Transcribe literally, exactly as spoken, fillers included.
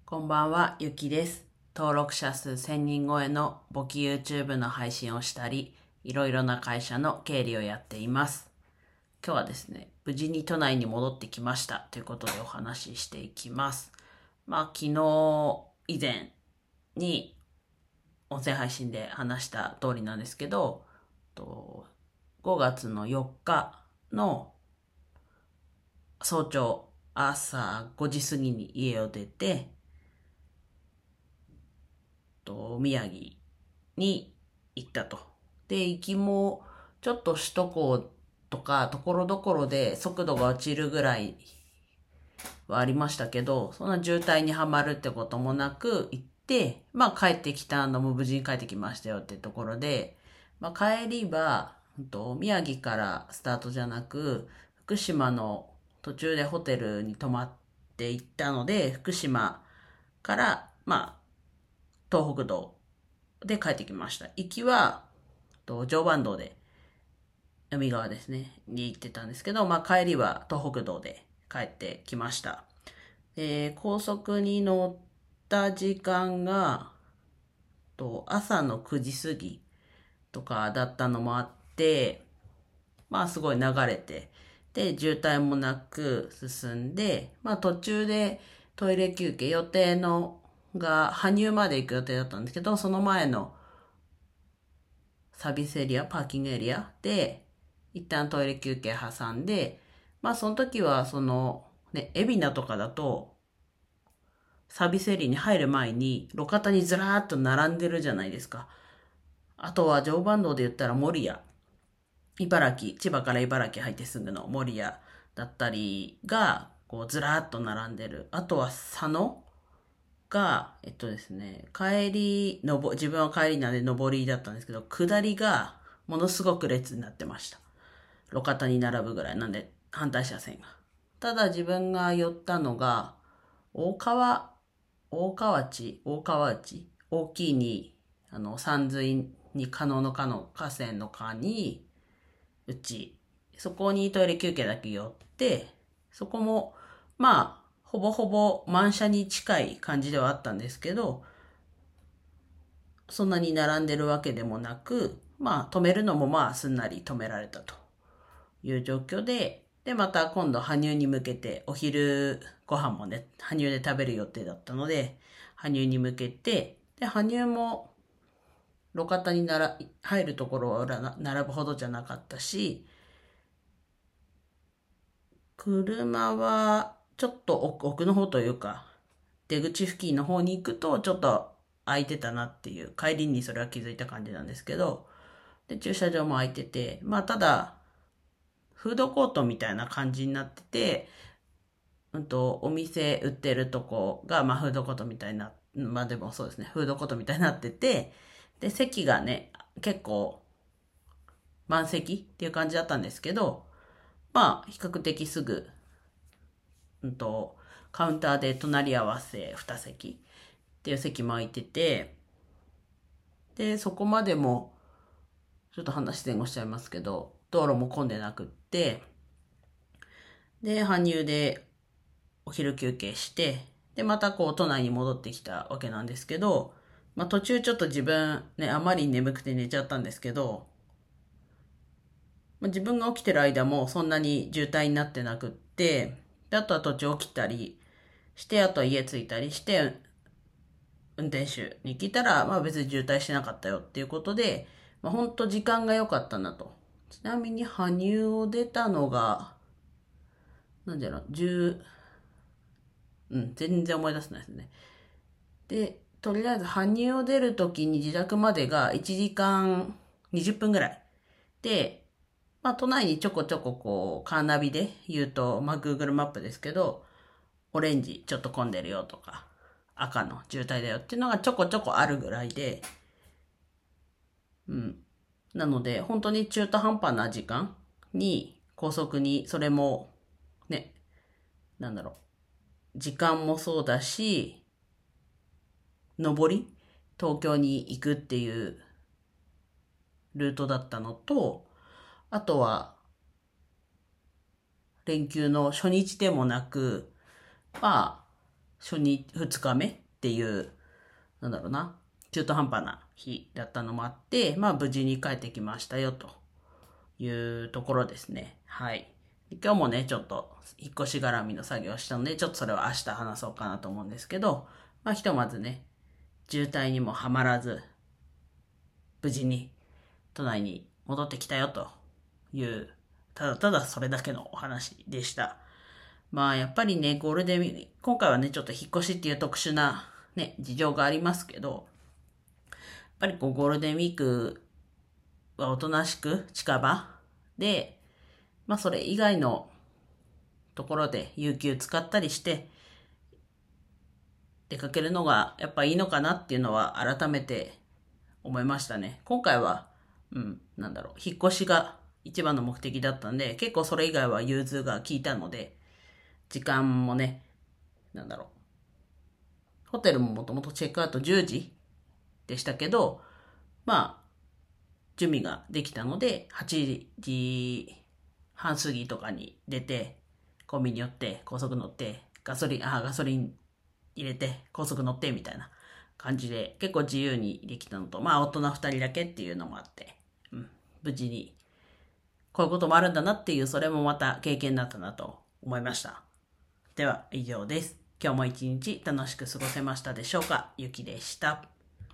こんばんは、ゆきです。登録者数せんにん超えの簿記 YouTube の配信をしたり、いろいろな会社の経理をやっています。今日はですね、無事に都内に戻ってきましたということでお話ししていきます。まあ、昨日以前に音声配信で話した通りなんですけど、ごがつのよっかの早朝、朝ごじ過ぎに家を出て、宮城に行ったと。で、行きもちょっと首都高とかところどころで速度が落ちるぐらいはありましたけど、そんな渋滞にはまるってこともなく行って、まあ帰ってきたのも無事に帰ってきましたよってところで、まあ帰りは、宮城からスタートじゃなく、福島の途中でホテルに泊まって行ったので、福島から、まあ、東北道で帰ってきました。行きは、常磐道で、海側ですね、に行ってたんですけど、まあ帰りは東北道で帰ってきました。えー、高速に乗った時間が、と朝のくじ過ぎとかだったのもあって、まあすごい流れて、で、渋滞もなく進んで、まあ途中でトイレ休憩予定のが、羽生まで行く予定だったんですけど、その前のサービスエリア、パーキングエリアで、一旦トイレ休憩挟んで、まあその時はその、ね、海老名とかだと、サービスエリアに入る前に、路肩にずらーっと並んでるじゃないですか。あとは常磐道で言ったら守谷。茨城、千葉から茨城入ってすぐの守谷だったりが、こうずらーっと並んでる。あとは佐野が、えっとですね、帰り、のぼ、自分は帰りなんで上りだったんですけど、下りがものすごく列になってました。路肩に並ぶぐらい。なんで、反対車線が。ただ自分が寄ったのが、大川、大川内、大川内、大きいに、あの、山水に可能の可の河川の河に、うち、そこにトイレ休憩だけ寄って、そこも、まあ、ほぼほぼ満車に近い感じではあったんですけど、そんなに並んでるわけでもなく、まあ止めるのもまあすんなり止められたという状況で、で、また今度羽生に向けてお昼ご飯もね、羽生で食べる予定だったので、羽生に向けて、で、羽生も路肩になら入るところは並ぶほどじゃなかったし、車はちょっと奥の方というか、出口付近の方に行くとちょっと空いてたなっていう、帰りにそれは気づいた感じなんですけど、で、駐車場も空いてて、まあただ、フードコートみたいな感じになってて、うんと、お店売ってるとこが、まあフードコートみたいな、まあでもそうですね、フードコートみたいになってて、で、席がね、結構、満席っていう感じだったんですけど、まあ、比較的すぐ、うんと、カウンターで隣り合わせに席っていう席も空いてて、で、そこまでも、ちょっと話前後しちゃいますけど、道路も混んでなくって、で、搬入でお昼休憩して、で、またこう、都内に戻ってきたわけなんですけど、まあ途中ちょっと自分、ね、あまり眠くて寝ちゃったんですけど、まあ、自分が起きてる間もそんなに渋滞になってなくって、で、あとは途中起きたりして、あとは家着いたりして、運転手に聞いたら、まあ別に渋滞してなかったよっていうことで、まあ本当時間が良かったなと。ちなみに羽生を出たのが、なんだろう、じゅう、うん、全然思い出せないですね。で、とりあえず羽生を出るときに自宅までがいちじかんにじゅっぷんぐらい。で、まあ都内にちょこちょここう、カーナビで言うと、まあ Google マップですけど、オレンジちょっと混んでるよとか、赤の渋滞だよっていうのがちょこちょこあるぐらいで、うん。なので、本当に中途半端な時間に、高速に、それも、ね、なんだろう、時間もそうだし、上り、東京に行くっていうルートだったのと、あとは、連休の初日でもなく、まあ、 初日、二日目っていう、なんだろうな、中途半端な日だったのもあって、まあ無事に帰ってきましたよというところですね。はい。今日もね、ちょっと引っ越し絡みの作業をしたので、ちょっとそれは明日話そうかなと思うんですけど、まあひとまずね、渋滞にもはまらず、無事に都内に戻ってきたよという、ただただそれだけのお話でした。まあやっぱりね、ゴールデンウィーク、今回はね、ちょっと引っ越しっていう特殊なね、事情がありますけど、やっぱりこうゴールデンウィークはおとなしく近場で、まあそれ以外のところで有給使ったりして出かけるのがやっぱいいのかなっていうのは改めて思いましたね。今回は、うん、なんだろう、引っ越しが一番の目的だったんで、結構それ以外は融通が効いたので、時間もね、なんだろう、ホテルももともとチェックアウトじゅうじでしたけど、まあ、準備ができたので、はちじはん過ぎとかに出て、コンビニ寄って、高速乗って、ガソリン、あ、ガソリン入れて、高速乗ってみたいな感じで、結構自由にできたのと、まあ大人ふたりだけっていうのもあって、うん、無事に、こういうこともあるんだなっていう、それもまた経験だったなと思いました。では以上です。今日も一日楽しく過ごせましたでしょうか。ゆきでした。